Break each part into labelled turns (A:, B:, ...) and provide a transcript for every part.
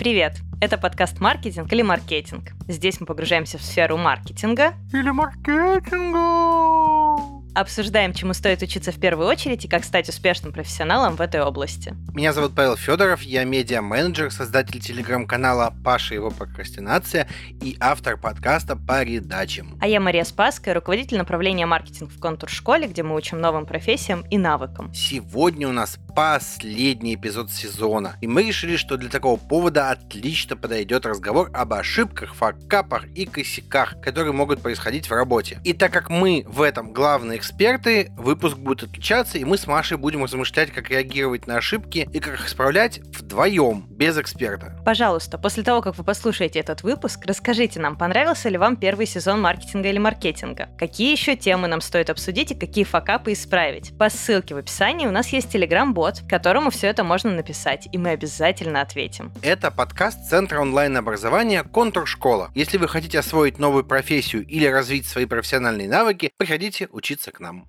A: Привет! Это подкаст «Маркетинг» или «Маркетинг». Здесь мы погружаемся в сферу маркетинга
B: или маркетинга.
A: Обсуждаем, чему стоит учиться в первую очередь и как стать успешным профессионалом в этой области.
B: Меня зовут Павел Федоров, я медиа-менеджер, создатель телеграм-канала «Паша и его прокрастинация» и автор подкаста «По редачам».
A: А я Мария Спасская, руководитель направления «Маркетинг» в Контур-школе, где мы учим новым профессиям и навыкам.
B: Сегодня у нас последний эпизод сезона, и мы решили, что для такого повода отлично подойдет разговор об ошибках, факапах и косяках, которые могут происходить в работе. И так как мы в этом главные эксперты, выпуск будет отличаться, и мы с Машей будем размышлять, как реагировать на ошибки и как их исправлять вдвоем, без эксперта.
A: Пожалуйста, после того, как вы послушаете этот выпуск, расскажите нам, понравился ли вам первый сезон «Маркетинга» или «Маркетинга». Какие еще темы нам стоит обсудить и какие факапы исправить. По ссылке в описании у нас есть телеграм-бот, которому все это можно написать, и мы обязательно ответим.
B: Это подкаст Центра онлайн-образования «Контур-школа». Если вы хотите освоить новую профессию или развить свои профессиональные навыки, приходите учиться к нам.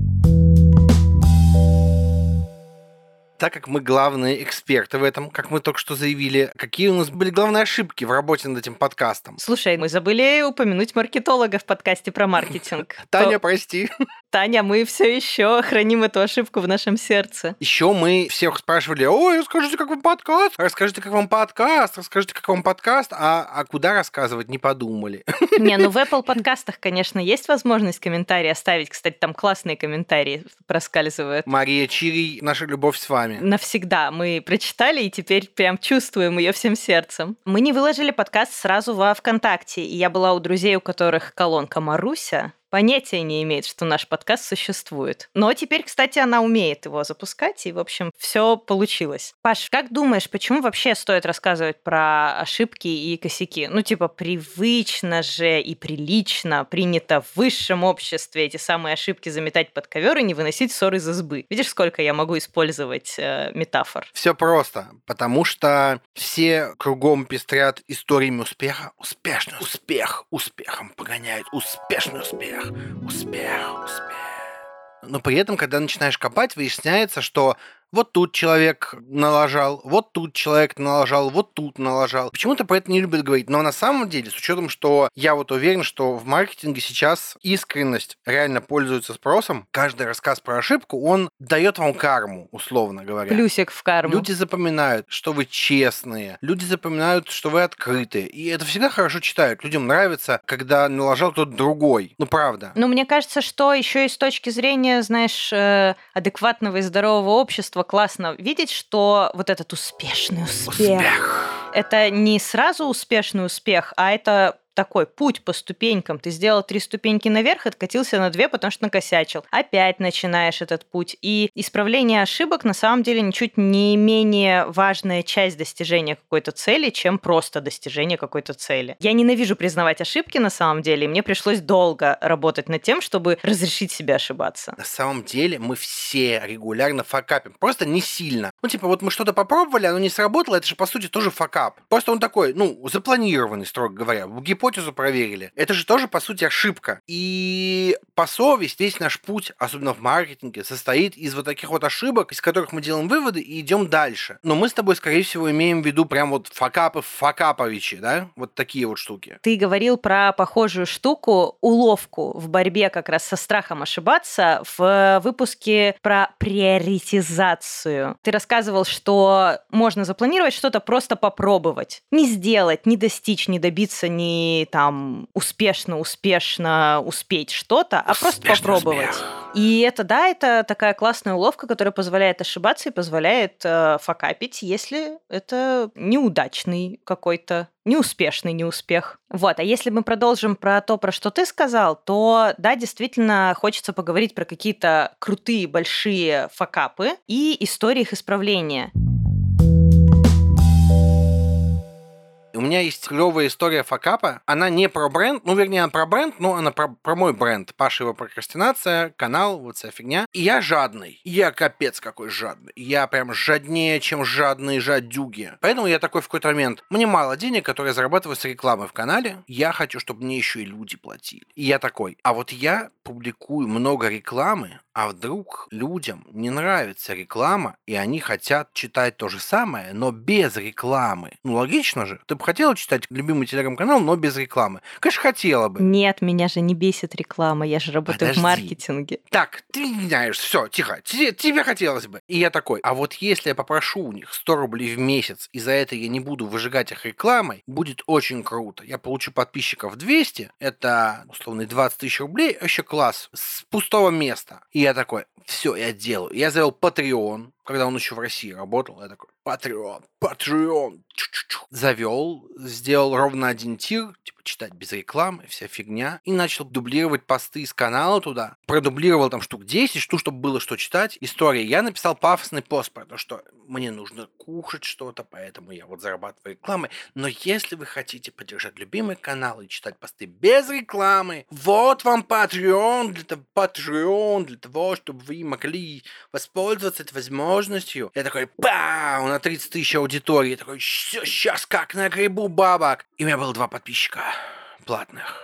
B: Так как мы главные эксперты в этом, как мы только что заявили, какие у нас были главные ошибки в работе над этим подкастом?
A: Слушай, мы забыли упомянуть маркетолога в подкасте про маркетинг.
B: Таня, прости.
A: Таня, мы все еще храним эту ошибку в нашем сердце.
B: Еще мы всех спрашивали: ой, расскажите, как вам подкаст, расскажите, как вам подкаст, расскажите, как вам подкаст, а куда рассказывать не подумали.
A: Не, ну в Apple подкастах, конечно, есть возможность комментарии оставить. Кстати, там классные комментарии проскальзывают.
B: Мария Чирий, наша любовь с вами.
A: Навсегда. Мы прочитали и теперь прям чувствуем ее всем сердцем. Мы не выложили подкаст сразу во ВКонтакте, и я была у друзей, у которых колонка Маруся понятия не имеет, что наш подкаст существует. Но теперь, кстати, она умеет его запускать, и, в общем, все получилось. Паш, как думаешь, почему вообще стоит рассказывать про ошибки и косяки? Ну, типа, привычно же и прилично принято в высшем обществе эти самые ошибки заметать под ковер и не выносить ссор из избы. Видишь, сколько я могу использовать метафор?
B: Все просто, потому что все кругом пестрят историями успеха. Успешный успех, успехом погоняют успешный успех. Успех. Но при этом, когда начинаешь копать, выясняется, что вот тут человек налажал, вот тут человек налажал, вот тут налажал. Почему-то про это не любят говорить. Но на самом деле, с учетом, что я вот уверен, что в маркетинге сейчас искренность реально пользуется спросом, каждый рассказ про ошибку, он дает вам карму, условно говоря.
A: Плюсик в карму.
B: Люди запоминают, что вы честные. Люди запоминают, что вы открытые. И это всегда хорошо читают. Людям нравится, когда налажал кто-то другой. Ну, правда.
A: Ну, мне кажется, что еще и с точки зрения, знаешь, адекватного и здорового общества классно видеть, что вот этот успешный успех. Это не сразу успешный успех, а это такой путь по ступенькам. Ты сделал 3 ступеньки наверх, откатился на 2, потому что накосячил. Опять начинаешь этот путь. И исправление ошибок на самом деле ничуть не менее важная часть достижения какой-то цели, чем просто достижение какой-то цели. Я ненавижу признавать ошибки на самом деле, и мне пришлось долго работать над тем, чтобы разрешить себе ошибаться.
B: На самом деле мы все регулярно факапим. Просто не сильно. Ну, типа, вот мы что-то попробовали, оно не сработало, это же, по сути, тоже факап. Просто он такой, запланированный, строго говоря. Гипотезу проверили. Это же тоже, по сути, ошибка. И по совести весь наш путь, особенно в маркетинге, состоит из вот таких вот ошибок, из которых мы делаем выводы и идем дальше. Но мы с тобой, скорее всего, имеем в виду прям вот факапы факаповичи, да? Вот такие вот штуки.
A: Ты говорил про похожую штуку, уловку в борьбе как раз со страхом ошибаться в выпуске про приоритизацию. Ты рассказывал, что можно запланировать что-то, просто попробовать. Не сделать, не достичь, не добиться, не там успешно успеть что-то, а просто попробовать.
B: Успех.
A: И это такая классная уловка, которая позволяет ошибаться и позволяет факапить, если это неудачный какой-то, неуспешный неуспех. Вот, а если мы продолжим про то, про что ты сказал, то да, действительно хочется поговорить про какие-то крутые большие факапы и истории их исправления.
B: У меня есть клевая история факапа. Она не про бренд, вернее, она про бренд, но она про мой бренд. Паша его прокрастинация, канал, вот вся фигня. И я жадный. Я капец какой жадный. Я прям жаднее, чем жадные жадюги. Поэтому я такой в какой-то момент. Мне мало денег, которые я зарабатываю с рекламы в канале. Я хочу, чтобы мне еще и люди платили. И я такой. А вот я публикую много рекламы, А вдруг людям не нравится реклама, и они хотят читать то же самое, но без рекламы? Ну, логично же. Ты бы хотела читать любимый телеграм-канал, но без рекламы? Конечно, хотела бы.
A: Нет, меня же не бесит реклама, я же работаю в
B: Подожди.
A: маркетинге.
B: Так, ты не знаешь, все, тихо, тебе хотелось бы. И я такой, а вот если я попрошу у них 100 рублей в месяц, и за это я не буду выжигать их рекламой, будет очень круто. Я получу подписчиков 200, это, условно, 20 тысяч рублей, вообще класс, с пустого места. И я такой, все, я делаю. Я завел Patreon, когда он еще в России работал, я такой, Patreon, завел, сделал ровно один тир, типа читать без рекламы, вся фигня, и начал дублировать посты из канала туда, продублировал там штук 10, чтобы было что читать. История. Я написал пафосный пост про то, что мне нужно кушать что-то, поэтому я вот зарабатываю рекламой. Но если вы хотите поддержать любимый канал и читать посты без рекламы, вот вам Patreon для того, чтобы вы могли воспользоваться этой возможностью. Я такой, бам, на 30 тысяч аудитории. Я такой, сейчас как нагребу бабок. И у меня было 2 подписчика платных.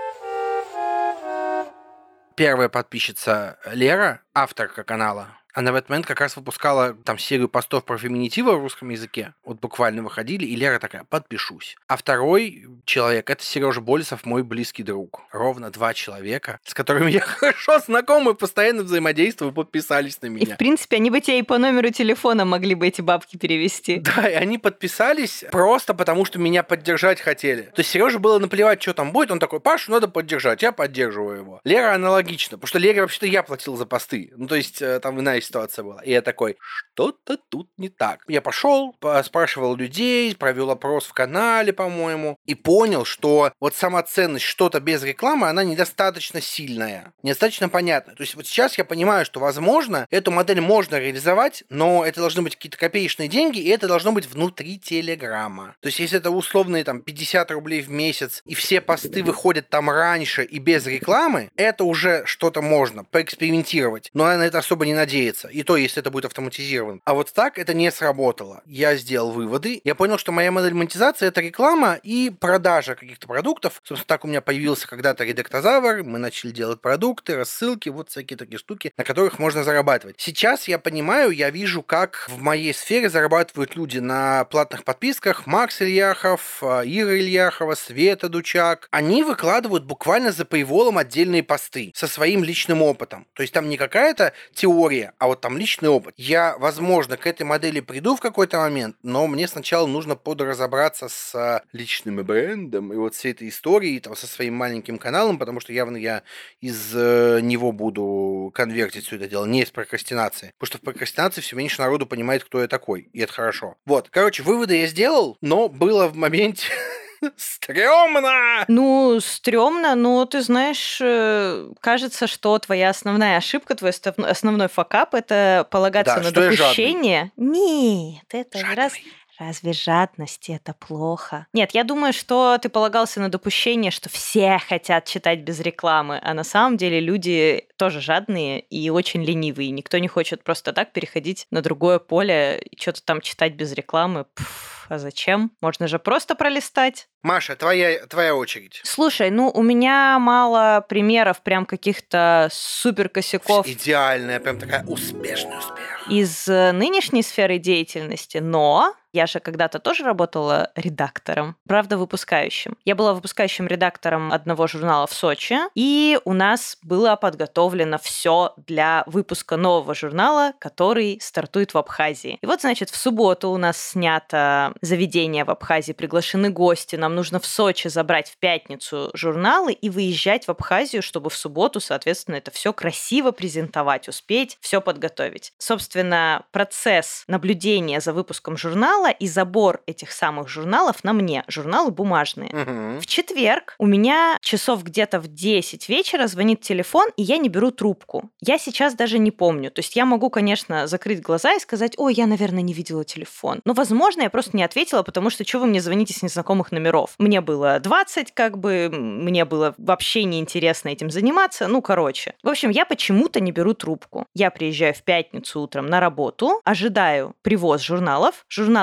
B: Первая подписчица Лера, авторка канала. Она в этот момент как раз выпускала там серию постов про феминитивы в русском языке. Вот буквально выходили, и Лера такая, подпишусь. А второй человек, это Сережа Болесов, мой близкий друг. Ровно 2 человека, с которыми я хорошо знаком и постоянно взаимодействую, подписались на меня.
A: И, в принципе, они бы тебе и по номеру телефона могли бы эти бабки перевести.
B: Да, и они подписались просто потому, что меня поддержать хотели. То есть Сереже было наплевать, что там будет. Он такой, Пашу надо поддержать, я поддерживаю его. Лера аналогично, потому что Лере вообще-то я платил за посты. Ну, то есть там иная ситуация была. И я такой, что-то тут не так. Я пошел, спрашивал людей, провел опрос в канале, по-моему, и понял, что вот сама ценность что-то без рекламы, она недостаточно сильная, недостаточно понятная. То есть вот сейчас я понимаю, что, возможно, эту модель можно реализовать, но это должны быть какие-то копеечные деньги, и это должно быть внутри Телеграма. То есть если это условные там 50 рублей в месяц, и все посты выходят там раньше и без рекламы, это уже что-то можно поэкспериментировать. Но я на это особо не надеяться. И то, если это будет автоматизировано. А вот так это не сработало. Я сделал выводы. Я понял, что моя модель монетизации — это реклама и продажа каких-то продуктов. Собственно, так у меня появился когда-то Редактозавр. Мы начали делать продукты, рассылки, вот всякие такие штуки, на которых можно зарабатывать. Сейчас я понимаю, я вижу, как в моей сфере зарабатывают люди на платных подписках. Макс Ильяхов, Ира Ильяхова, Света Дучак. Они выкладывают буквально за пейволом отдельные посты со своим личным опытом. То есть там не какая-то теория, а вот там личный опыт. Я, возможно, к этой модели приду в какой-то момент, но мне сначала нужно подразобраться с личным брендом и вот всей этой историей, там, со своим маленьким каналом, потому что явно я из него буду конвертить все это дело, не из прокрастинации. Потому что в прокрастинации все меньше народу понимает, кто я такой, и это хорошо. Вот, короче, выводы я сделал, но было в моменте... Стрёмно!
A: Ну, стрёмно, но ты знаешь, кажется, что твоя основная ошибка, твой основной факап — это полагаться на допущение. Нет, это разве жадность это плохо? Нет, я думаю, что ты полагался на допущение, что все хотят читать без рекламы, а на самом деле люди тоже жадные и очень ленивые. Никто не хочет просто так переходить на другое поле и что-то там читать без рекламы. А зачем? Можно же просто пролистать.
B: Маша, твоя очередь.
A: Слушай, ну у меня мало примеров прям каких-то супер косяков.
B: Идеальная, прям такая успешный успех.
A: Из нынешней сферы деятельности, но я же когда-то тоже работала редактором, правда, выпускающим. Я была выпускающим редактором одного журнала в Сочи, и у нас было подготовлено все для выпуска нового журнала, который стартует в Абхазии. И вот, значит, в субботу у нас снято заведение в Абхазии, приглашены гости, нам нужно в Сочи забрать в пятницу журналы и выезжать в Абхазию, чтобы в субботу, соответственно, это все красиво презентовать, успеть все подготовить. Собственно, процесс наблюдения за выпуском журнала и забор этих самых журналов на мне. Журналы бумажные.
B: Угу.
A: В четверг у меня часов где-то в 10 вечера звонит телефон, и я не беру трубку. Я сейчас даже не помню. То есть я могу, конечно, закрыть глаза и сказать, ой, я, наверное, не видела телефон. Но, возможно, я просто не ответила, потому что что вы мне звоните с незнакомых номеров? Мне было 20, мне было вообще неинтересно этим заниматься. Ну, короче. В общем, я почему-то не беру трубку. Я приезжаю в пятницу утром на работу, ожидаю привоз журналов. Журналы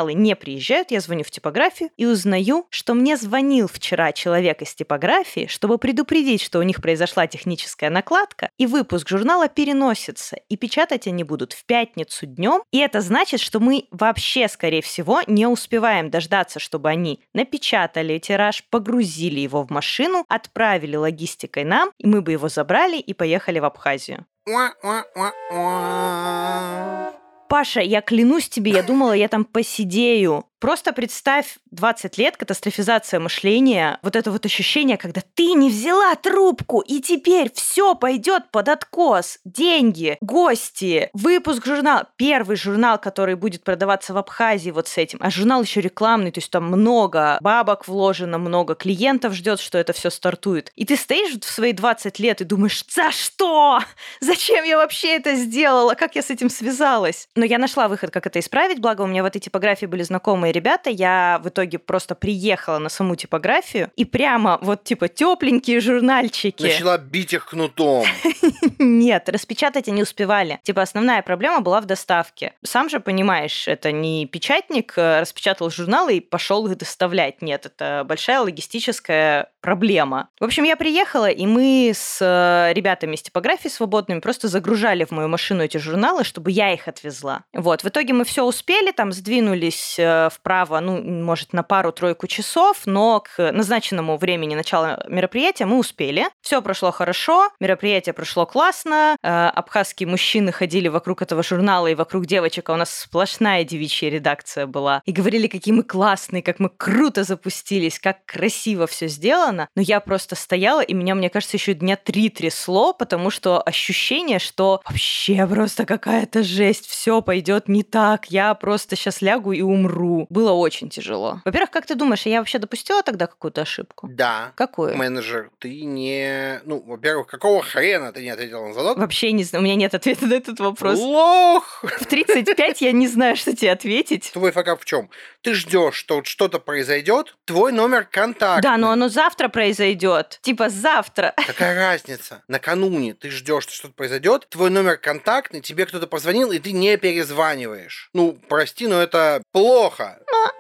A: журналы не приезжают, я звоню в типографию и узнаю, что мне звонил вчера человек из типографии, чтобы предупредить, что у них произошла техническая накладка, и выпуск журнала переносится, и печатать они будут в пятницу днем, и это значит, что мы вообще, скорее всего, не успеваем дождаться, чтобы они напечатали тираж, погрузили его в машину, отправили логистикой нам, и мы бы его забрали и поехали в Абхазию. Паша, я клянусь тебе, я думала, я там посидею. Просто представь 20 лет, катастрофизация мышления, вот это вот ощущение, когда ты не взяла трубку, и теперь все пойдет под откос. Деньги, гости, выпуск журнала. Первый журнал, который будет продаваться в Абхазии вот с этим. А журнал еще рекламный, то есть там много бабок вложено, много клиентов ждет, что это все стартует. И ты стоишь в свои 20 лет и думаешь, за что? Зачем я вообще это сделала? Как я с этим связалась? Но я нашла выход, как это исправить, благо у меня в этой типографии были знакомые ребята, я в итоге просто приехала на саму типографию и прямо вот типа тепленькие журнальчики.
B: Начала бить их кнутом.
A: Нет, распечатать они успевали. Типа основная проблема была в доставке. Сам же понимаешь, это не печатник распечатал журналы и пошел их доставлять. Нет, это большая логистическая проблема. В общем, я приехала, и мы с ребятами из типографии свободными просто загружали в мою машину эти журналы, чтобы я их отвезла. Вот, в итоге мы все успели, там сдвинулись вправо, ну, может, на пару-тройку часов, но к назначенному времени начала мероприятия мы успели. Все прошло хорошо, мероприятие прошло классно, абхазские мужчины ходили вокруг этого журнала и вокруг девочек, а у нас сплошная девичья редакция была. И говорили, какие мы классные, как мы круто запустились, как красиво все сделано. Но я просто стояла, и меня, мне кажется, еще дня 3 трясло, потому что ощущение, что вообще просто какая-то жесть, все пойдет не так, я просто сейчас лягу и умру. Было очень тяжело. Во-первых, как ты думаешь, я вообще допустила тогда какую-то ошибку?
B: Да.
A: Какую?
B: Менеджер, ты не... Ну, во-первых, какого хрена ты не ответила на звонок?
A: Вообще не знаю, у меня нет ответа на этот вопрос.
B: Лох!
A: В 35 я не знаю, что тебе ответить.
B: Твой факап в чем? Ты ждешь, что вот что-то произойдет, твой номер контакта.
A: Да, но оно завтра произойдет. Типа завтра.
B: Какая разница? Накануне ты ждешь, что что-то произойдет, твой номер контактный, тебе кто-то позвонил, и ты не перезваниваешь. Ну, прости, но это плохо.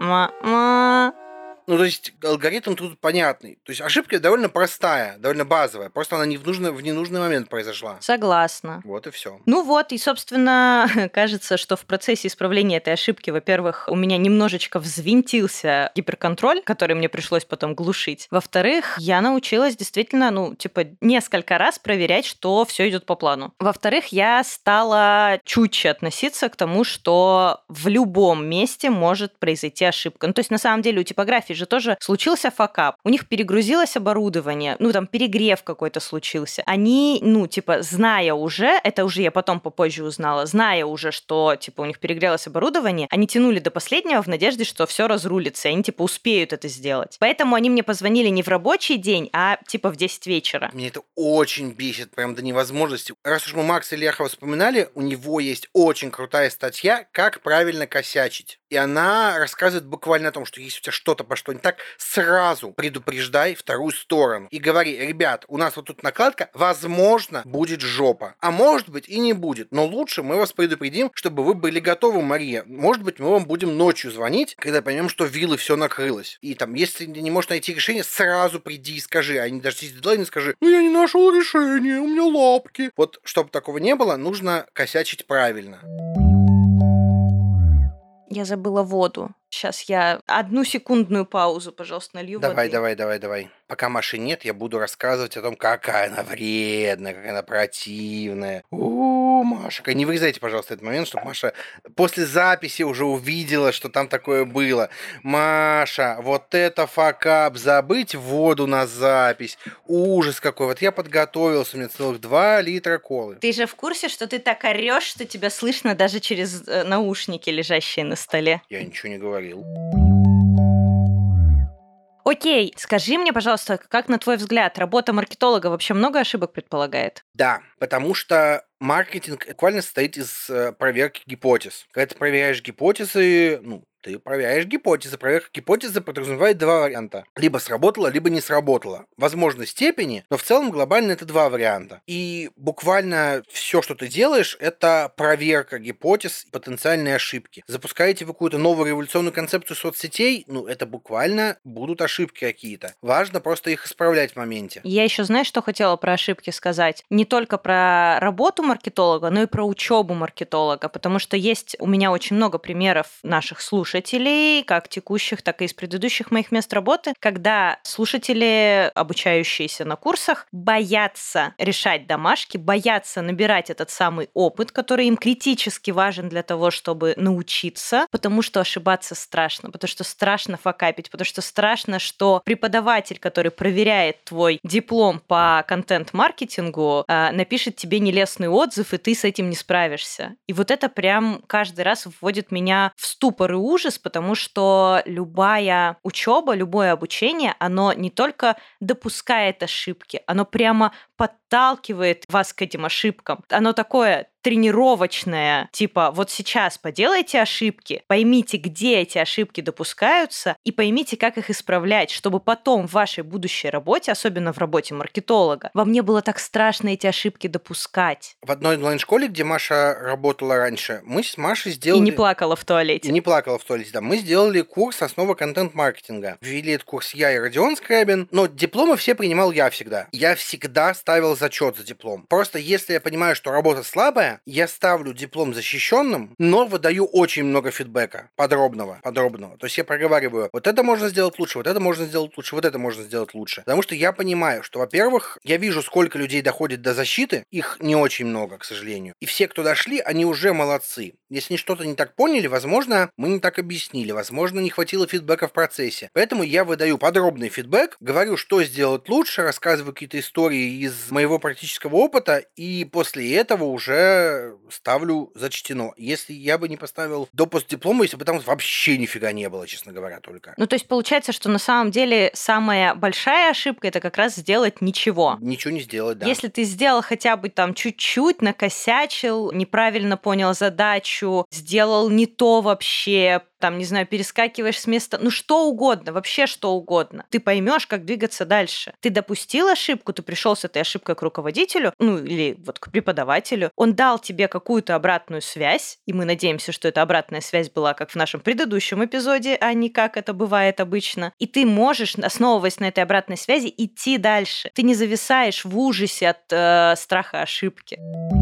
B: Ну, то есть алгоритм тут понятный. То есть ошибка довольно простая, довольно базовая. Просто она в ненужный момент произошла.
A: Согласна.
B: Вот и все.
A: Ну вот, и, собственно, кажется, что в процессе исправления этой ошибки, во-первых, у меня немножечко взвинтился гиперконтроль, который мне пришлось потом глушить. Во-вторых, я научилась действительно, несколько раз проверять, что все идет по плану. Во-вторых, я стала чутьче относиться к тому, что в любом месте может произойти ошибка. Ну, то есть, на самом деле, у типографии же тоже случился факап. У них перегрузилось оборудование, перегрев какой-то случился. Они, зная уже, это уже я потом попозже узнала, зная уже, что, у них перегрелось оборудование, они тянули до последнего в надежде, что все разрулится, и они, успеют это сделать. Поэтому они мне позвонили не в рабочий день, а, в 10 вечера.
B: Мне это очень бесит, прям до невозможности. Раз уж мы Макса Ильяхова вспоминали, у него есть очень крутая статья «Как правильно косячить». И она рассказывает буквально о том, что если у тебя что-то пошло не так, сразу предупреждай вторую сторону. И говори, ребят, у нас вот тут накладка, возможно, будет жопа. А может быть и не будет. Но лучше мы вас предупредим, чтобы вы были готовы, Мария. Может быть, мы вам будем ночью звонить, когда поймем, что виллы все накрылось. И если не можешь найти решение, сразу приди и скажи. А не дождись дедлайна, скажи, я не нашел решения, у меня лапки. Вот, чтобы такого не было, нужно косячить правильно.
A: Я забыла воду. Сейчас я 1 секундную паузу, пожалуйста, налью воды.
B: Давай. Пока Маши нет, я буду рассказывать о том, какая она вредная, какая она противная. Машка, не вырезайте, пожалуйста, этот момент, чтобы Маша после записи уже увидела, что там такое было. Маша, вот это факап, забыть воду на запись. Ужас какой. Вот я подготовился, у меня целых 2 литра колы.
A: Ты же в курсе, что ты так орешь, что тебя слышно даже через наушники, лежащие на столе?
B: Я ничего не говорил.
A: Окей, скажи мне, пожалуйста, как, на твой взгляд, работа маркетолога вообще много ошибок предполагает?
B: Да, потому что маркетинг буквально состоит из проверки гипотез. Когда ты проверяешь гипотезы, Ты проверяешь гипотезы. Проверка гипотезы подразумевает два варианта. Либо сработало, либо не сработало. Возможно, степени, но в целом глобально это два варианта. И буквально все, что ты делаешь, это проверка гипотез и потенциальные ошибки. Запускаете вы какую-то новую революционную концепцию соцсетей, это буквально будут ошибки какие-то. Важно просто их исправлять в моменте.
A: Я еще, знаешь, что хотела про ошибки сказать? Не только про работу маркетолога, но и про учебу маркетолога, потому что есть у меня очень много примеров наших слушателей, как текущих, так и из предыдущих моих мест работы, когда слушатели, обучающиеся на курсах, боятся решать домашки, боятся набирать этот самый опыт, который им критически важен для того, чтобы научиться, потому что ошибаться страшно, потому что страшно факапить, потому что страшно, что преподаватель, который проверяет твой диплом по контент-маркетингу, напишет тебе нелестный отзыв, и ты с этим не справишься. И вот это прям каждый раз вводит меня в ступор и ужас, потому что любая учеба, любое обучение, оно не только допускает ошибки, оно прямо подталкивает вас к этим ошибкам. Оно такое тренировочное, типа вот сейчас поделайте ошибки, поймите, где эти ошибки допускаются, и поймите, как их исправлять, чтобы потом в вашей будущей работе, особенно в работе маркетолога, вам не было так страшно эти ошибки допускать.
B: В одной онлайн-школе, где Маша работала раньше, мы с Машей сделали...
A: И не плакала в туалете.
B: И не плакала в туалете, да. Мы сделали курс «Основа контент-маркетинга». Ввели этот курс я и Родион Скрябин, но дипломы все принимал я всегда. Я всегда ставил зачет за диплом. Просто если я понимаю, что работа слабая, я ставлю диплом защищенным, но выдаю очень много фидбэка, подробного. То есть я проговариваю, вот это можно сделать лучше, вот это можно сделать лучше, вот это можно сделать лучше. Потому что я понимаю, что, во-первых, я вижу, сколько людей доходит до защиты, их не очень много, к сожалению. И все, кто дошли, они уже молодцы. Если они что-то не так поняли, возможно, мы не так объяснили, возможно, не хватило фидбэка в процессе. Поэтому я выдаю подробный фидбэк, говорю, что сделать лучше, рассказываю какие-то истории из моего практического опыта, и после этого уже ставлю зачтено. Если я бы не поставил до постдиплома, если бы там вообще нифига не было, честно говоря, только.
A: То есть получается, что на самом деле самая большая ошибка — это как раз сделать ничего.
B: Ничего не сделать, да.
A: Если ты сделал хотя бы там чуть-чуть, накосячил, неправильно понял задачу, сделал не то вообще, там, не знаю, перескакиваешь с места, что угодно, вообще что угодно. Ты поймешь, как двигаться дальше. Ты допустил ошибку, ты пришел с этой ошибкой к руководителю, или вот к преподавателю, он дал тебе какую-то обратную связь, и мы надеемся, что эта обратная связь была как в нашем предыдущем эпизоде, а не как это бывает обычно. И ты можешь, основываясь на этой обратной связи, идти дальше. Ты не зависаешь в ужасе от страха ошибки.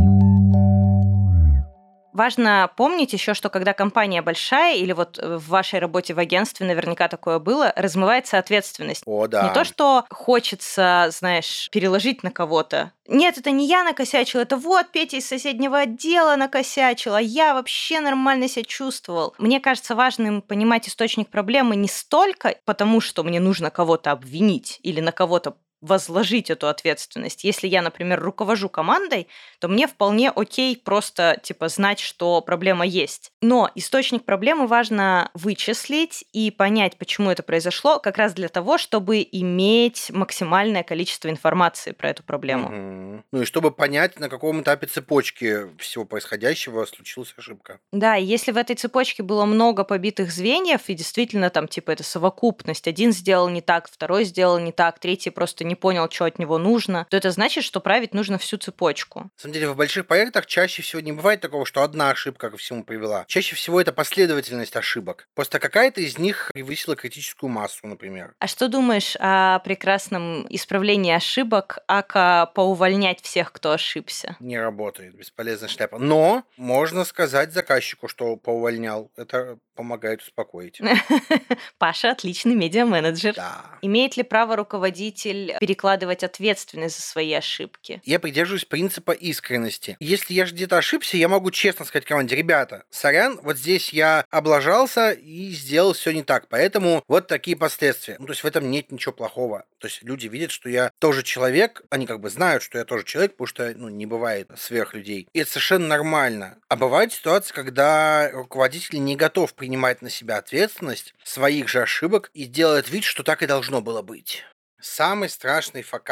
A: Важно помнить еще, что когда компания большая, или вот в вашей работе в агентстве наверняка такое было, размывается ответственность.
B: О, да.
A: Не то, что хочется, знаешь, переложить на кого-то. Нет, это не я накосячил, это вот Петя из соседнего отдела накосячил, а я вообще нормально себя чувствовал. Мне кажется важным понимать источник проблемы не столько потому, что мне нужно кого-то обвинить или на кого-то возложить эту ответственность. Если я, например, руковожу командой, то мне вполне окей просто знать, что проблема есть. Но источник проблемы важно вычислить и понять, почему это произошло, как раз для того, чтобы иметь максимальное количество информации про эту проблему.
B: И чтобы понять, на каком этапе цепочки всего происходящего случилась ошибка.
A: Да, и если в этой цепочке было много побитых звеньев, и действительно это совокупность, один сделал не так, второй сделал не так, третий просто не понял, что от него нужно, то это значит, что править нужно всю цепочку.
B: На самом деле, в больших проектах чаще всего не бывает такого, что одна ошибка ко всему привела. Чаще всего это последовательность ошибок. Просто какая-то из них превысила критическую массу, например.
A: А что думаешь о прекрасном исправлении ошибок, ака поувольнять всех, кто ошибся?
B: Не работает, бесполезная шляпа. Но можно сказать заказчику, что поувольнял. Это помогает успокоить.
A: Паша отличный медиа-менеджер.
B: Да.
A: Имеет ли право руководитель перекладывать ответственность за свои ошибки?
B: Я придерживаюсь принципа искренности. Если я где-то ошибся, я могу честно сказать команде: ребята, сорян, вот здесь я облажался и сделал все не так, поэтому вот такие последствия. То есть в этом нет ничего плохого. То есть люди видят, что я тоже человек, они знают, что я тоже человек, потому что не бывает сверхлюдей. И это совершенно нормально. А бывает ситуация, когда руководитель не готов принимать на себя ответственность своих же ошибок и делает вид, что так и должно было быть. Самый страшный факап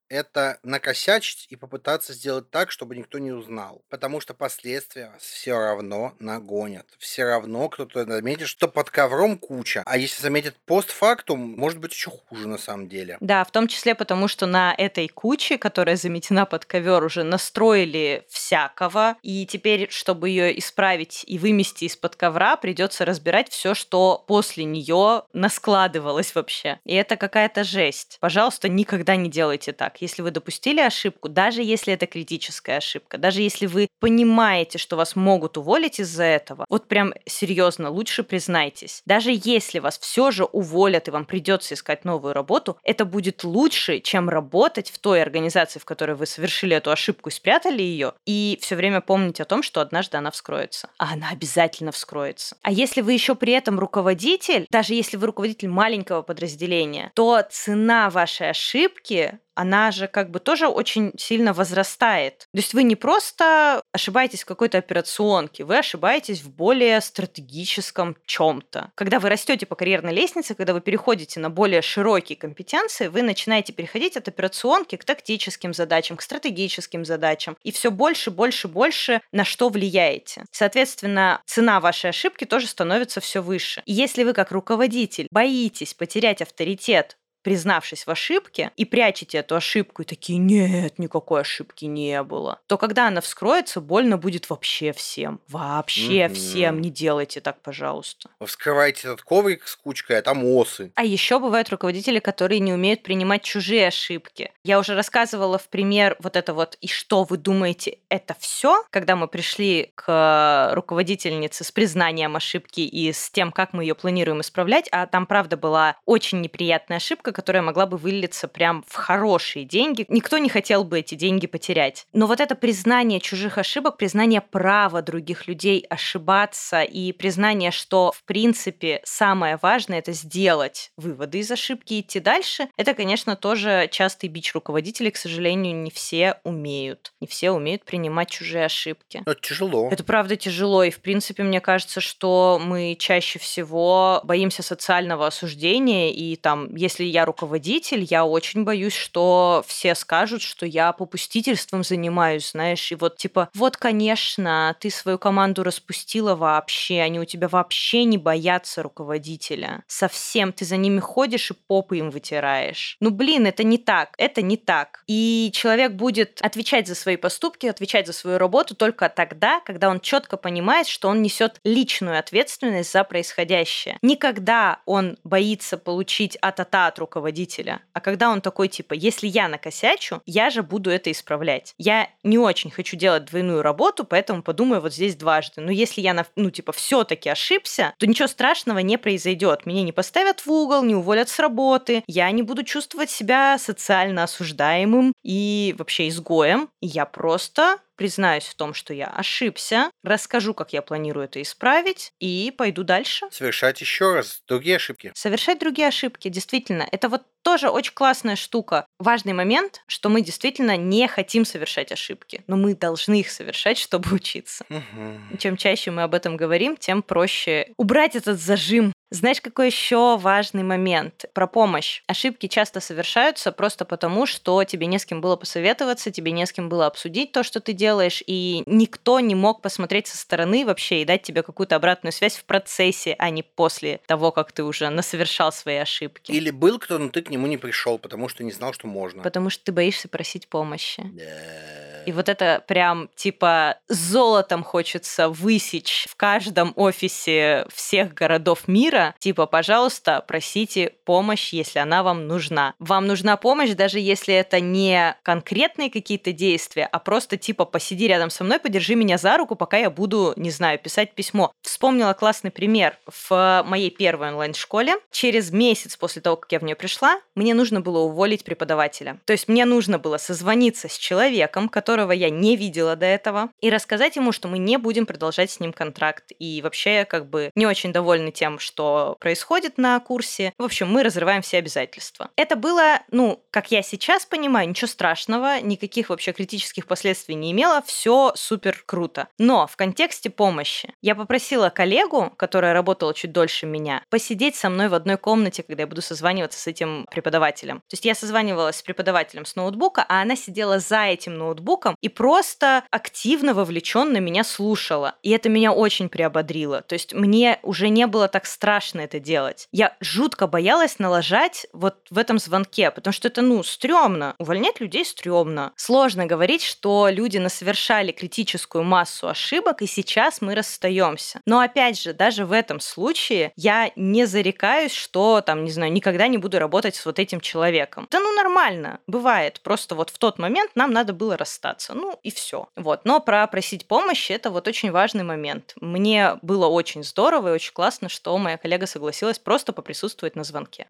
B: это накосячить и попытаться сделать так, чтобы никто не узнал. Потому что последствия вас все равно нагонят. Все равно кто-то заметит, что под ковром куча. А если заметит постфактум, может быть еще хуже на самом деле.
A: Да, в том числе потому, что на этой куче, которая заметена под ковер, уже настроили всякого. И теперь, чтобы ее исправить и вымести из-под ковра, придется разбирать все, что после нее наскладывалось вообще. И это какая-то жесть. Пожалуйста, никогда не делайте так. Если вы допустили ошибку, даже если это критическая ошибка, даже если вы понимаете, что вас могут уволить из-за этого, вот прям серьезно, лучше признайтесь. Даже если вас все же уволят и вам придется искать новую работу, это будет лучше, чем работать в той организации, в которой вы совершили эту ошибку и спрятали ее, и все время помнить о том, что однажды она вскроется. А она обязательно вскроется. А если вы еще при этом руководитель, даже если вы руководитель маленького подразделения, то цена вашей ошибки, она же как бы тоже очень сильно возрастает. То есть вы не просто ошибаетесь в какой-то операционке, вы ошибаетесь в более стратегическом чем-то. Когда вы растете по карьерной лестнице, когда вы переходите на более широкие компетенции, вы начинаете переходить от операционки к тактическим задачам, к стратегическим задачам. И все больше, больше, больше на что влияете. Соответственно, цена вашей ошибки тоже становится все выше. И если вы как руководитель боитесь потерять авторитет, признавшись в ошибке, и прячете эту ошибку, и такие, нет, никакой ошибки не было, то когда она вскроется, больно будет вообще всем. Вообще всем. Не делайте так, пожалуйста.
B: Вы вскрываете этот коврик с кучкой, а там осы.
A: А еще бывают руководители, которые не умеют принимать чужие ошибки. Я уже рассказывала в пример вот это вот «И что вы думаете, это все?» Когда мы пришли к руководительнице с признанием ошибки и с тем, как мы ее планируем исправлять, а там, правда, была очень неприятная ошибка, которая могла бы вылиться прям в хорошие деньги. Никто не хотел бы эти деньги потерять. Но вот это признание чужих ошибок, признание права других людей ошибаться и признание, что, в принципе, самое важное — это сделать выводы из ошибки и идти дальше, это, конечно, тоже частый бич руководителей. К сожалению, не все умеют. Не все умеют принимать чужие ошибки.
B: Это тяжело.
A: Это правда тяжело. И, в принципе, мне кажется, что мы чаще всего боимся социального осуждения. И там, если я руководитель, я очень боюсь, что все скажут, что я попустительством занимаюсь, знаешь, и вот типа, вот, конечно, ты свою команду распустила вообще, они у тебя вообще не боятся руководителя. Совсем ты за ними ходишь и попы им вытираешь. Ну, блин, это не так, это не так. И человек будет отвечать за свои поступки, отвечать за свою работу только тогда, когда он четко понимает, что он несет личную ответственность за происходящее. Никогда он боится получить а-та-та от руководителя, а когда он такой типа, если я накосячу, я же буду это исправлять. Я не очень хочу делать двойную работу, поэтому подумаю вот здесь дважды. Но если я, все-таки ошибся, то ничего страшного не произойдет. Меня не поставят в угол, не уволят с работы, я не буду чувствовать себя социально осуждаемым и вообще изгоем. Я просто признаюсь в том, что я ошибся, расскажу, как я планирую это исправить, и пойду дальше.
B: Совершать еще раз другие ошибки.
A: Совершать другие ошибки, действительно. Это вот тоже очень классная штука. Важный момент, что мы действительно не хотим совершать ошибки, но мы должны их совершать, чтобы учиться. И чем чаще мы об этом говорим, тем проще убрать этот зажим. Знаешь, какой еще важный момент? Про помощь. Ошибки часто совершаются просто потому, что тебе не с кем было посоветоваться, тебе не с кем было обсудить то, что ты делаешь, и никто не мог посмотреть со стороны вообще и дать тебе какую-то обратную связь в процессе, а не после того, как ты уже насовершал свои ошибки.
B: Или был кто, но ты к нему не пришел, потому что не знал, что можно.
A: Потому что ты боишься просить помощи.
B: Да.
A: И вот это прям типа золотом хочется высечь в каждом офисе всех городов мира. Типа, пожалуйста, просите помощь, если она вам нужна. Вам нужна помощь, даже если это не конкретные какие-то действия, а просто типа посиди рядом со мной, подержи меня за руку, пока я буду, не знаю, писать письмо. Вспомнила классный пример. В моей первой онлайн-школе через месяц после того, как я в нее пришла, мне нужно было уволить преподавателя. То есть мне нужно было созвониться с человеком, который которого я не видела до этого, и рассказать ему, что мы не будем продолжать с ним контракт. И вообще, как бы, не очень довольны тем, что происходит на курсе. В общем, мы разрываем все обязательства. Это было, как я сейчас понимаю, ничего страшного, никаких вообще критических последствий не имело, все супер круто. Но в контексте помощи я попросила коллегу, которая работала чуть дольше меня, посидеть со мной в одной комнате, когда я буду созваниваться с этим преподавателем. То есть я созванивалась с преподавателем с ноутбука, а она сидела за этим ноутбуком и просто активно, вовлеченно меня слушала. И это меня очень приободрило. То есть мне уже не было так страшно это делать. Я жутко боялась налажать вот в этом звонке, потому что это, стрёмно. Увольнять людей стрёмно. Сложно говорить, что люди насовершали критическую массу ошибок, и сейчас мы расстаемся. Но опять же, даже в этом случае я не зарекаюсь, что, никогда не буду работать с вот этим человеком. Да нормально, бывает. Просто вот в тот момент нам надо было расстаться. И все. Вот. Но про просить помощи — это вот очень важный момент. Мне было очень здорово и очень классно, что моя коллега согласилась просто поприсутствовать на звонке.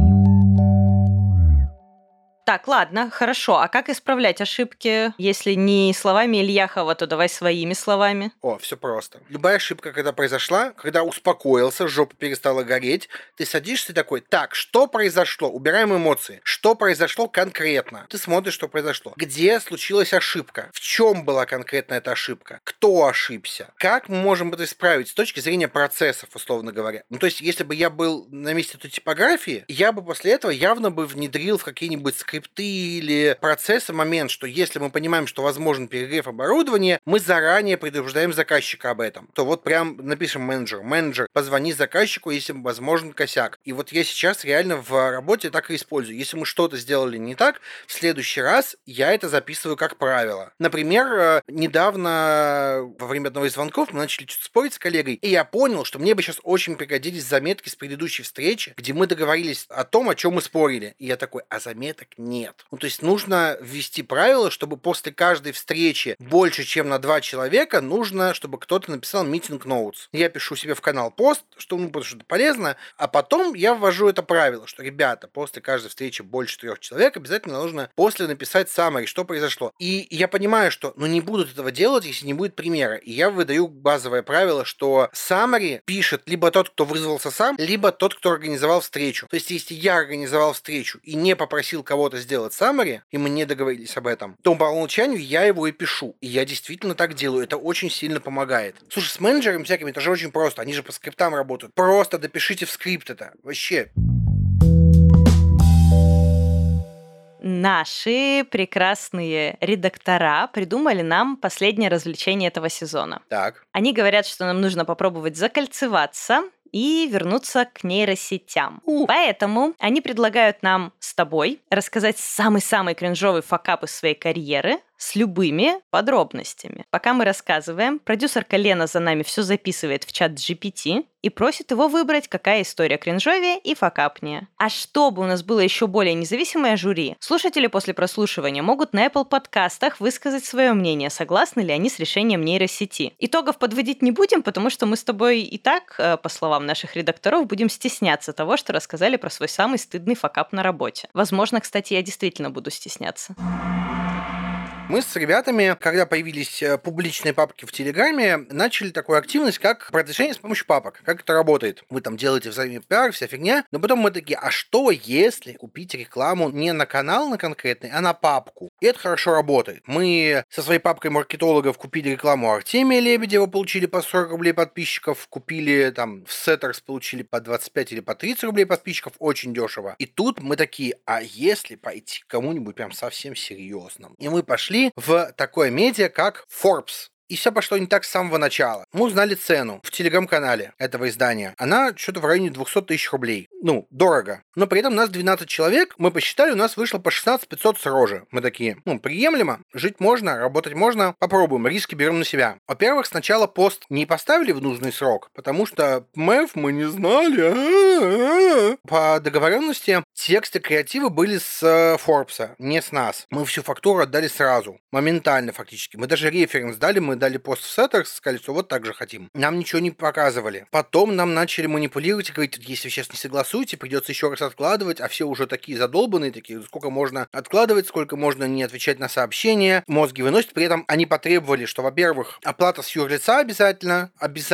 A: Так, ладно, хорошо. А как исправлять ошибки? Если не словами Ильяхова, то давай своими словами.
B: Все просто. Любая ошибка, когда произошла, когда успокоился, жопа перестала гореть, ты садишься и такой: так, что произошло? Убираем эмоции. Что произошло конкретно? Ты смотришь, что произошло. Где случилась ошибка? В чем была конкретно эта ошибка? Кто ошибся? Как мы можем это исправить с точки зрения процессов, условно говоря? То есть, если бы я был на месте этой типографии, я бы после этого явно бы внедрил в какие-нибудь скрипты или процессы момент, что если мы понимаем, что возможен перегрев оборудования, мы заранее предупреждаем заказчика об этом. То вот прям напишем менеджер, позвони заказчику, если возможен косяк. И вот я сейчас реально в работе так и использую. Если мы что-то сделали не так, в следующий раз я это записываю как правило. Например, недавно во время одного из звонков мы начали что-то спорить с коллегой, и я понял, что мне бы сейчас очень пригодились заметки с предыдущей встречи, где мы договорились о том, о чем мы спорили. И я такой: а заметок нет. То есть нужно ввести правило, чтобы после каждой встречи больше, чем на 2 человека, нужно, чтобы кто-то написал meeting notes. Я пишу себе в канал пост, потому что это полезно, а потом я ввожу это правило, что, ребята, после каждой встречи больше 3 человек обязательно нужно после написать summary, что произошло. И я понимаю, что не будут этого делать, если не будет примера. И я выдаю базовое правило, что summary пишет либо тот, кто вызвался сам, либо тот, кто организовал встречу. То есть, если я организовал встречу и не попросил кого-то сделать summary, и мы не договорились об этом, то по умолчанию я его и пишу. И я действительно так делаю. Это очень сильно помогает. Слушай, с менеджерами всякими это же очень просто. Они же по скриптам работают. Просто допишите в скрипт это. Вообще.
A: Наши прекрасные редактора придумали нам последнее развлечение этого сезона.
B: Так.
A: Они говорят, что нам нужно попробовать закольцеваться и вернуться к нейросетям. Поэтому они предлагают нам с тобой рассказать самый-самый кринжовый факап из своей карьеры с любыми подробностями. Пока мы рассказываем, продюсерка Лена за нами все записывает в чат GPT и просит его выбрать, какая история кринжовее и факапнее. А чтобы у нас было еще более независимое жюри, слушатели после прослушивания могут на Apple подкастах высказать свое мнение, согласны ли они с решением нейросети. Итогов подводить не будем, потому что мы с тобой и так, по словам наших редакторов, будем стесняться того, что рассказали про свой самый стыдный факап на работе. Возможно, кстати, я действительно буду стесняться.
B: Мы с ребятами, когда появились публичные папки в Телеграме, начали такую активность, как продвижение с помощью папок. Как это работает? Вы там делаете взаимный пиар, вся фигня. Но потом мы такие: а что если купить рекламу не на канал на конкретный, а на папку? И это хорошо работает. Мы со своей папкой маркетологов купили рекламу Артемия Лебедева, получили по 40 рублей подписчиков, купили там в Сеттерс, получили по 25 или по 30 рублей подписчиков, очень дешево. И тут мы такие: а если пойти к кому-нибудь прям совсем серьезному? И мы пошли в такое медиа, как Forbes. И все пошло не так с самого начала. Мы узнали цену в телеграм-канале этого издания. Она что-то в районе 200 тысяч рублей. Дорого. Но при этом нас 12 человек, мы посчитали, у нас вышло по 16 500 с рожи. Мы такие: приемлемо, жить можно, работать можно, попробуем, риски берем на себя. Во-первых, сначала пост не поставили в нужный срок, потому что МЭФ мы не знали. По договоренности тексты креативы были с Forbes, не с нас. Мы всю фактуру отдали сразу, моментально фактически. Мы даже референс дали, мы дали пост в Setters, сказали, что вот так же хотим. Нам ничего не показывали. Потом нам начали манипулировать и говорить, если вы сейчас не согласуете, придется еще раз откладывать, а все уже такие задолбанные, такие, сколько можно откладывать, сколько можно не отвечать на сообщения. Мозги выносят. При этом они потребовали, что, во-первых, оплата с юрлица обязательно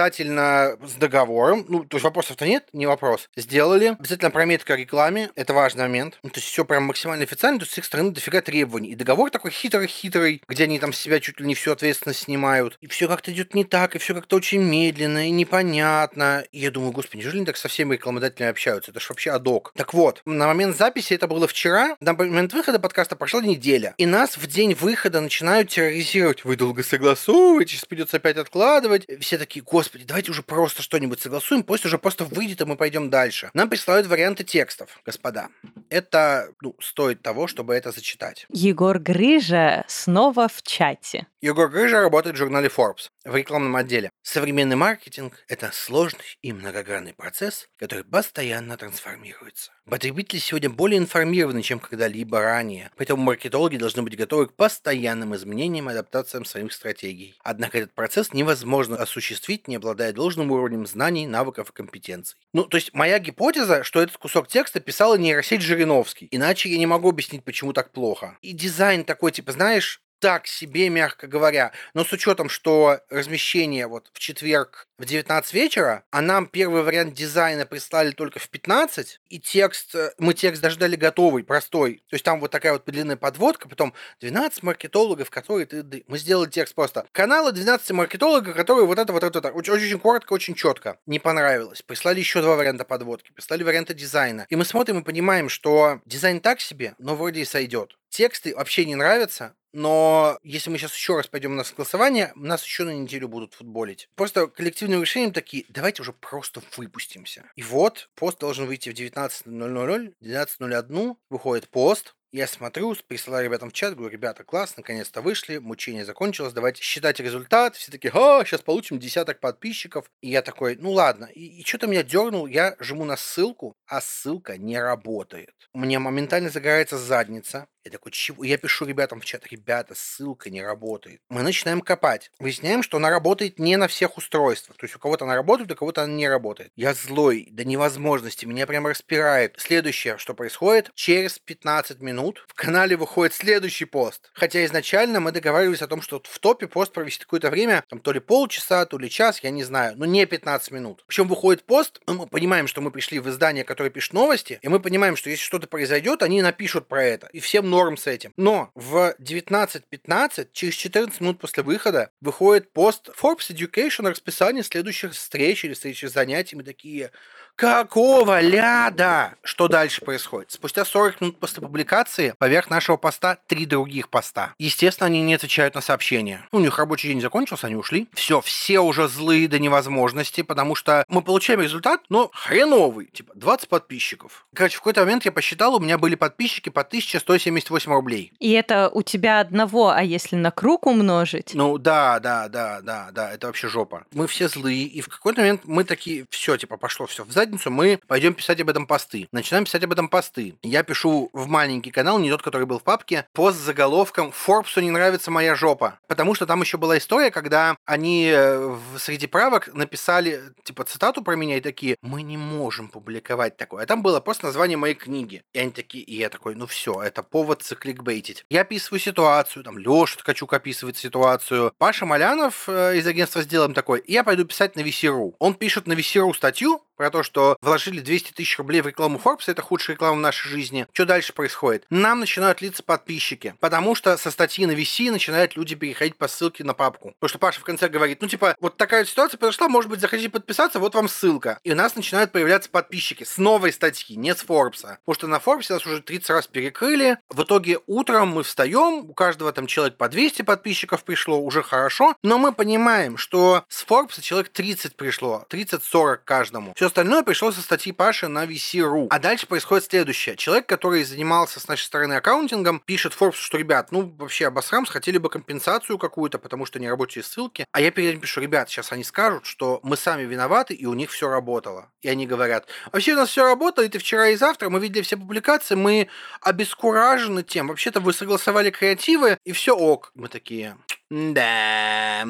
B: с договором. Ну, то есть вопросов-то нет, не вопрос. Сделали. Обязательно прометка о рекламе. Это важный момент. Ну, то есть все прям максимально официально, то есть с их стороны дофига требований. И договор такой хитрый-хитрый, где они там с себя чуть ли не всю ответственность снимают. И все как-то идет не так, и все как-то очень медленно и непонятно. И я думаю, господи, неужели они так со всеми рекламодателями общаются? Это ж вообще адок. Так вот, на момент записи, это было вчера, на момент выхода подкаста прошла неделя. И нас в день выхода начинают терроризировать. Вы долго согласовываете, сейчас придется опять откладывать. Все такие, господи, давайте уже просто что-нибудь согласуем, пусть уже просто выйдет, и мы пойдем дальше. Нам присылают варианты текстов, господа. Это, стоит того, чтобы это зачитать.
A: Егор Грыжа снова в чате.
B: Егор Грыжа работает в журнале Forbes в рекламном отделе. Современный маркетинг – это сложный и многогранный процесс, который постоянно трансформируется. Потребители сегодня более информированы, чем когда-либо ранее, поэтому маркетологи должны быть готовы к постоянным изменениям и адаптациям своих стратегий. Однако этот процесс невозможно осуществить, не обладая должным уровнем знаний, навыков и компетенций. То есть моя гипотеза, что этот кусок текста писала нейросеть Жириновский. Иначе я не могу объяснить, почему так плохо. И дизайн такой, знаешь, так себе, мягко говоря. Но с учетом, что размещение в четверг в 19 вечера, а нам первый вариант дизайна прислали только в 15, и мы текст даже дали готовый, простой. То есть там такая длинная подводка, потом 12 маркетологов, которые мы сделали текст просто. Каналы 12 маркетологов, которые вот это. Очень коротко, очень четко. Не понравилось. Прислали еще 2 варианта подводки, прислали варианты дизайна. И мы смотрим и понимаем, что дизайн так себе, но вроде и сойдет. Тексты вообще не нравятся, но если мы сейчас еще раз пойдем на согласование, нас еще на неделю будут футболить. Просто коллективным решением такие, давайте уже просто выпустимся. И вот, пост должен выйти в 19:00, 12:01 выходит пост. Я смотрю, присылаю ребятам в чат, говорю, ребята, класс, наконец-то вышли, мучение закончилось, давайте считать результат. Все такие, сейчас получим 10 подписчиков. И я такой, ладно. И что-то меня дернул, я жму на ссылку, а ссылка не работает. У меня моментально загорается задница. Я такой, чего? Я пишу ребятам в чат, ребята, ссылка не работает. Мы начинаем копать. Выясняем, что она работает не на всех устройствах. То есть у кого-то она работает, у кого-то она не работает. Я злой до невозможности, меня прям распирает. Следующее, что происходит, через 15 минут в канале выходит следующий пост. Хотя изначально мы договаривались о том, что в топе пост провести какое-то время, то ли полчаса, то ли час, я не знаю, но не 15 минут. Причем выходит пост, мы понимаем, что мы пришли в издание, которое пишет новости, и мы понимаем, что если что-то произойдет, они напишут про это. И всем норм с этим. Но в 19:15, через 14 минут после выхода, выходит пост Forbes Education, расписание следующих встреч или следующих занятий. Мы такие, какого ляда? Что дальше происходит? Спустя 40 минут после публикации поверх нашего поста 3 других поста. Естественно, они не отвечают на сообщения. У них рабочий день закончился, они ушли. Все уже злые до невозможности, потому что мы получаем результат, но хреновый. 20 подписчиков. Короче, в какой-то момент я посчитал, у меня были подписчики по 1178 рублей.
A: И это у тебя одного, а если на круг умножить?
B: Да, это вообще жопа. Мы все злые, и в какой-то момент мы такие, все, пошло все в задницу, мы пойдем писать об этом посты. Начинаем писать об этом посты. Я пишу в маленький канал, не тот, который был в папке, пост с заголовком «Форбсу не нравится моя жопа». Потому что там еще была история, когда они среди правок написали, цитату про меня и такие, мы не можем публиковать такое. А там было просто название моей книги. И они такие, и я такой, все, это повод закликбейтить. Я описываю ситуацию, Лёша Ткачук описывает ситуацию. Паша Малянов из агентства «Сделаем» такой, и я пойду писать на VC.ru. Он пишет на VC.ru статью про то, что вложили 200 тысяч рублей в рекламу Forbes, это худшая реклама в нашей жизни. Что дальше происходит? Нам начинают литься подписчики, потому что со статьи на VC начинают люди переходить по ссылке на папку. Потому что Паша в конце говорит, вот такая ситуация произошла, может быть, захотите подписаться, вот вам ссылка. И у нас начинают появляться подписчики с новой статьи, не с Forbes. Потому что на Forbes нас уже 30 раз перекрыли. В итоге утром мы встаем, у каждого там человек по 200 подписчиков пришло, уже хорошо, но мы понимаем, что с Forbes человек 30 пришло, 30-40 каждому. Все остальное пришло со статьи Паши на VC.ru. А дальше происходит следующее. Человек, который занимался с нашей стороны аккаунтингом, пишет Forbes, что, ребят, вообще обосрамс, хотели бы компенсацию какую-то, потому что не рабочие ссылки. А я перед этим пишу, ребят, сейчас они скажут, что мы сами виноваты, и у них все работало. И они говорят, вообще у нас все работает, и вчера, и завтра мы видели все публикации, мы обескуражены тем. Вообще-то вы согласовали креативы, и все ок. Мы такие, Да.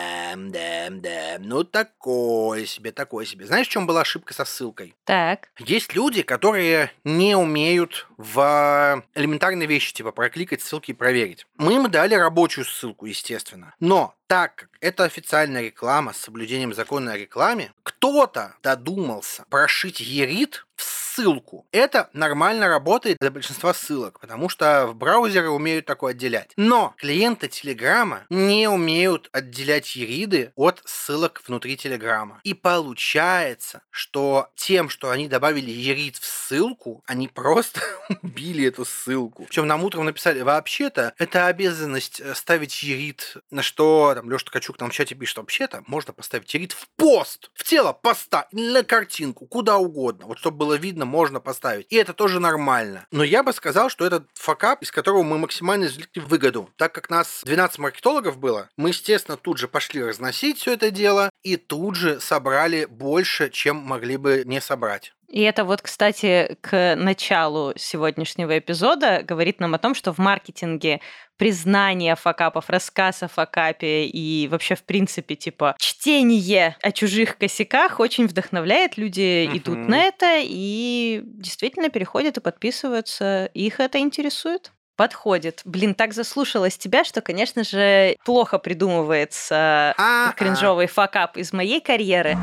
B: Ну, такое себе, такое себе. Знаешь, в чем была ошибка со ссылкой?
A: Так.
B: Есть люди, которые не умеют в элементарные вещи, типа прокликать ссылки и проверить. Мы им дали рабочую ссылку, естественно. Но так как это официальная реклама с соблюдением закона о рекламе, кто-то додумался прошить ерит в ссылку. Это нормально работает для большинства ссылок, потому что в браузеры умеют такое отделять. Но клиенты Телеграма не умеют отделять ериды от ссылок внутри Телеграма. И получается, что тем, что они добавили ерит в ссылку, они просто убили эту ссылку. Причем нам утром написали, вообще-то, это обязанность ставить ерит, на что там Лёша Ткачук нам в чате пишет, вообще-то можно поставить ерит в пост, в тело поста, на картинку, куда угодно. Вот чтобы было видно, можно поставить. И это тоже нормально. Но я бы сказал, что это факап, из которого мы максимально извлекли выгоду. Так как нас 12 маркетологов было, мы, естественно, тут же пошли разносить все это дело и тут же собрали больше, чем могли бы не собрать.
A: И это вот, кстати, к началу сегодняшнего эпизода говорит нам о том, что в маркетинге признание факапов, рассказ о факапе и вообще, в принципе, типа, чтение о чужих косяках очень вдохновляет. Люди идут на это и действительно переходят и подписываются. Их это интересует. Подходит. Блин, так заслушалась тебя, что, конечно же, плохо придумывается кринжовый факап из моей карьеры.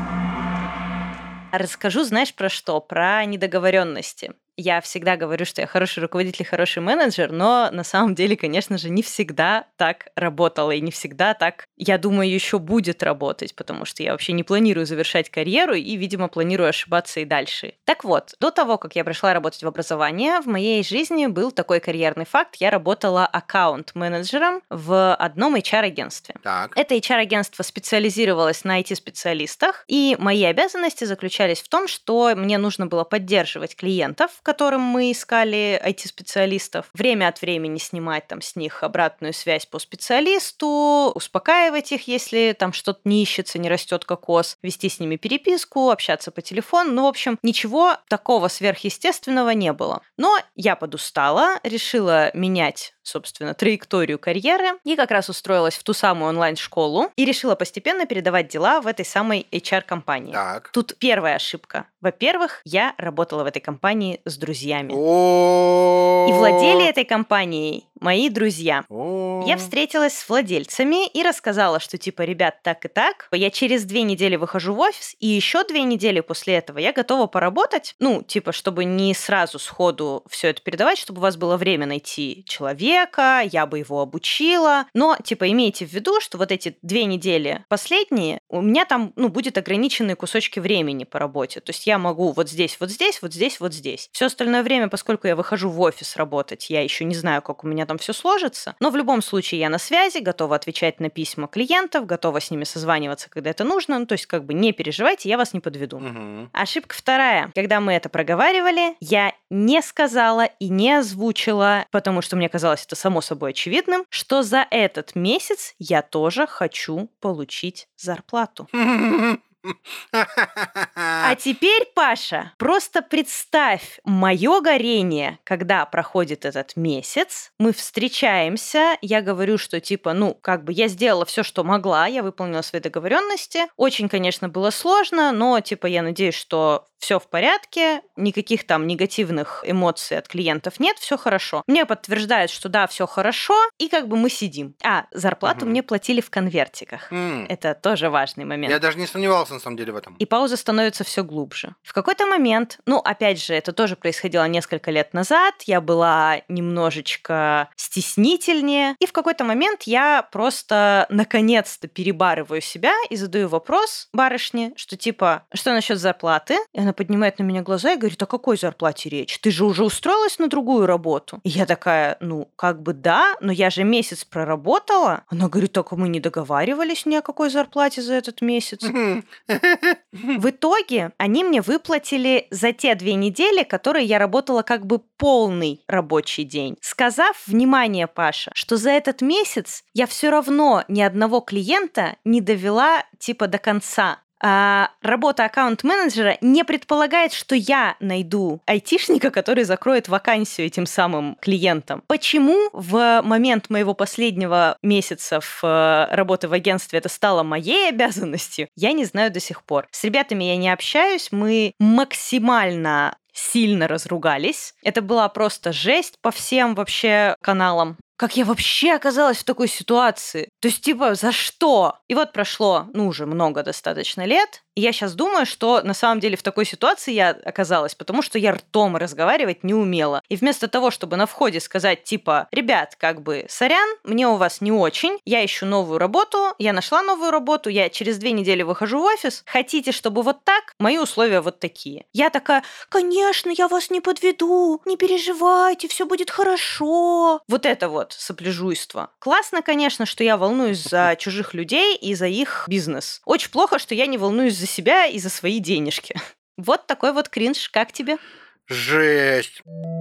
A: Расскажу, знаешь, про что? Про недоговоренности. Я всегда говорю, что я хороший руководитель, хороший менеджер, но на самом деле, конечно же, не всегда так работала, и не всегда так, я думаю, еще будет работать, потому что я вообще не планирую завершать карьеру и, видимо, планирую ошибаться и дальше. Так вот, до того, как я пришла работать в образование, в моей жизни был такой карьерный факт. Я работала аккаунт-менеджером в одном HR-агентстве.
B: Так.
A: Это HR-агентство специализировалось на IT-специалистах, и мои обязанности заключались в том, что мне нужно было поддерживать клиентов, которым мы искали IT-специалистов, время от времени снимать там с них обратную связь по специалисту, успокаивать их, если там что-то не ищется, не растет кокос, вести с ними переписку, общаться по телефону. Ну, в общем, ничего такого сверхъестественного не было. Но я подустала, решила менять, собственно, траекторию карьеры и как раз устроилась в ту самую онлайн-школу и решила постепенно передавать дела в этой самой HR-компании.
B: Так.
A: Тут первая ошибка. Во-первых, я работала в этой компании с друзьями. И владели этой компанией мои друзья. Я встретилась с владельцами и рассказала, что типа, ребят, так и так, я через 2 недели выхожу в офис, и еще 2 недели после этого я готова поработать, ну, типа, чтобы не сразу сходу все это передавать, чтобы у вас было время найти человека, я бы его обучила, но, типа, имейте в виду, что вот эти 2 недели последние, у меня там, ну, будет ограниченные кусочки времени по работе, то есть я могу вот здесь, вот здесь, вот здесь, вот здесь. Все остальное время, поскольку я выхожу в офис работать, я еще не знаю, как у меня там все сложится, но в любом случае я на связи, готова отвечать на письма клиентов, готова с ними созваниваться, когда это нужно, ну, то есть как бы не переживайте, я вас не подведу. Ошибка вторая. Когда мы это проговаривали, я не сказала и не озвучила, потому что мне казалось это само собой очевидным, что за этот месяц я тоже хочу получить зарплату. А теперь, Паша, просто представь мое горение, когда проходит этот месяц, мы встречаемся, я говорю, что типа, ну, как бы я сделала все, что могла, я выполнила свои договоренности. Очень, конечно, было сложно, но типа я надеюсь, что все в порядке, никаких там негативных эмоций от клиентов нет, все хорошо. Мне подтверждают, что да, все хорошо, и как бы мы сидим. А зарплату мне платили в конвертиках. Это тоже важный момент.
B: Я даже не сомневался на самом деле в этом.
A: И пауза становится все глубже. В какой-то момент, ну, опять же, это тоже происходило несколько лет назад, я была немножечко стеснительнее, и в какой-то момент я просто наконец-то перебарываю себя и задаю вопрос барышне, что типа, что насчет зарплаты? И она поднимает на меня глаза и говорит, о какой зарплате речь? Ты же уже устроилась на другую работу? И я такая, ну, как бы да, но я же месяц проработала. Она говорит, только мы не договаривались ни о какой зарплате за этот месяц. В итоге они мне выплатили за те 2 недели, которые я работала как бы полный рабочий день, сказав, внимание, Паша, что за этот месяц я все равно ни одного клиента не довела типа до конца. работа аккаунт-менеджера не предполагает, что я найду айтишника, который закроет вакансию этим самым клиентам. Почему в момент моего последнего месяца работы в агентстве это стало моей обязанностью, я не знаю до сих пор. С ребятами я не общаюсь, мы максимально сильно разругались. Это была просто жесть по всем вообще каналам. Как я вообще оказалась в такой ситуации? То есть, за что? И вот прошло, уже много достаточно лет, и я сейчас думаю, что на самом деле в такой ситуации я оказалась, потому что я ртом разговаривать не умела. И вместо того, чтобы на входе сказать, ребят, сорян, мне у вас не очень, я ищу новую работу, я нашла новую работу, я через 2 недели выхожу в офис, хотите, чтобы вот так? Мои условия вот такие. Я такая, конечно, я вас не подведу, не переживайте, все будет хорошо. Вот это вот сопляжуйство. Классно, конечно, что я волнуюсь за чужих людей и за их бизнес. Очень плохо, что я не волнуюсь за себя и за свои денежки. Вот такой вот кринж. Как тебе?
B: Жесть.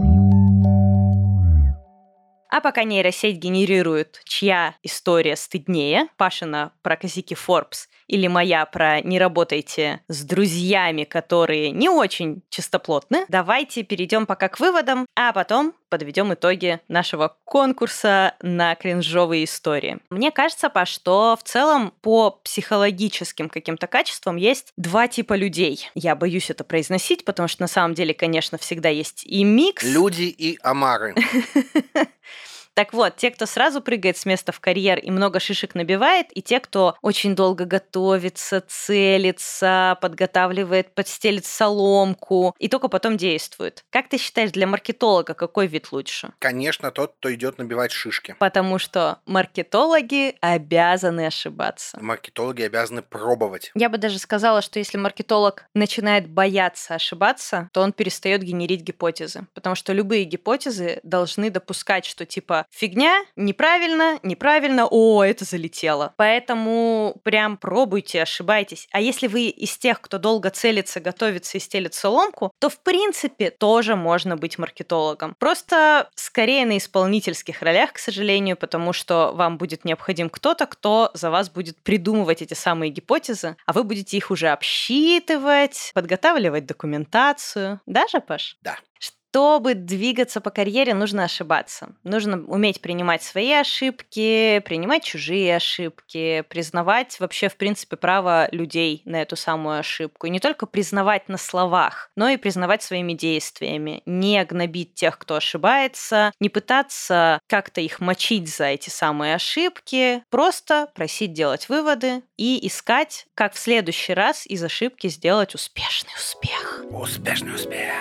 A: А пока нейросеть генерирует, чья история стыднее, Пашина про косяки Forbes или моя про «не работайте с друзьями, которые не очень чистоплотны», давайте перейдем пока к выводам, а потом подведем итоги нашего конкурса на кринжовые истории. Мне кажется, Паш, что в целом по психологическим каким-то качествам есть 2 типа людей. Я боюсь это произносить, потому что на самом деле, конечно, всегда есть и микс.
B: Люди и омары.
A: Так вот, те, кто сразу прыгает с места в карьер и много шишек набивает, и те, кто очень долго готовится, целится, подготавливает, подстелит соломку и только потом действует. Как ты считаешь, для маркетолога какой вид лучше?
B: Конечно, тот, кто идет набивать шишки.
A: Потому что маркетологи обязаны ошибаться.
B: Маркетологи обязаны пробовать.
A: Я бы даже сказала, что если маркетолог начинает бояться ошибаться, то он перестает генерить гипотезы. Потому что любые гипотезы должны допускать, что фигня, неправильно, это залетело. Поэтому прям пробуйте, ошибайтесь. А если вы из тех, кто долго целится, готовится и стелит соломку, то в принципе тоже можно быть маркетологом. Просто скорее на исполнительских ролях, к сожалению, потому что вам будет необходим кто-то, кто за вас будет придумывать эти самые гипотезы, а вы будете их уже обсчитывать, подготавливать документацию. Да же, Паш?
B: Да.
A: Чтобы двигаться по карьере, нужно ошибаться. Нужно уметь принимать свои ошибки, принимать чужие ошибки, признавать вообще, в принципе, право людей на эту самую ошибку. И не только признавать на словах, но и признавать своими действиями. Не гнобить тех, кто ошибается, не пытаться как-то их мочить за эти самые ошибки, просто просить делать выводы и искать, как в следующий раз из ошибки сделать успешный успех.
B: Успешный успех.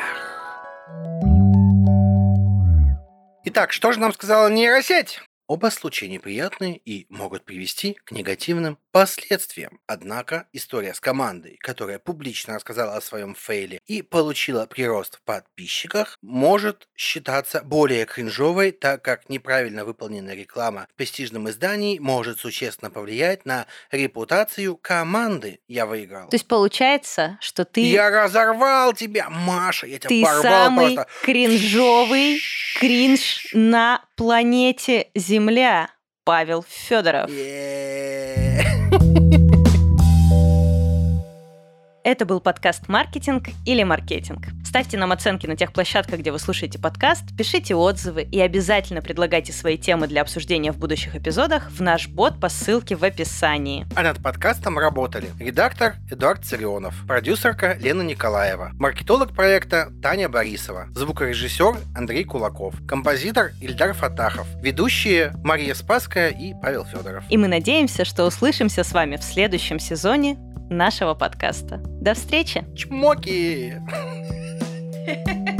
B: Итак, что же нам сказала нейросеть? Оба случая неприятные и могут привести к негативным последствиям. Однако история с командой, которая публично рассказала о своем фейле и получила прирост в подписчиках, может считаться более кринжовой, так как неправильно выполненная реклама в престижном издании может существенно повлиять на репутацию команды. Я выиграл.
A: То есть получается, что ты...
B: Я разорвал тебя, Маша, я тебя порвал
A: самый
B: просто.
A: кринжовый кринж на планете Земля, Павел Федоров. Это был подкаст «Маркетинг» или «Маркетинг». Ставьте нам оценки на тех площадках, где вы слушаете подкаст, пишите отзывы и обязательно предлагайте свои темы для обсуждения в будущих эпизодах в наш бот по ссылке в описании.
B: А над подкастом работали редактор Эдуард Царионов, продюсерка Лена Николаева, маркетолог проекта Таня Борисова, звукорежиссер Андрей Кулаков, композитор Ильдар Фатахов, ведущие Мария Спасская и Павел Федоров.
A: И мы надеемся, что услышимся с вами в следующем сезоне нашего подкаста. До встречи!
B: Чмоки!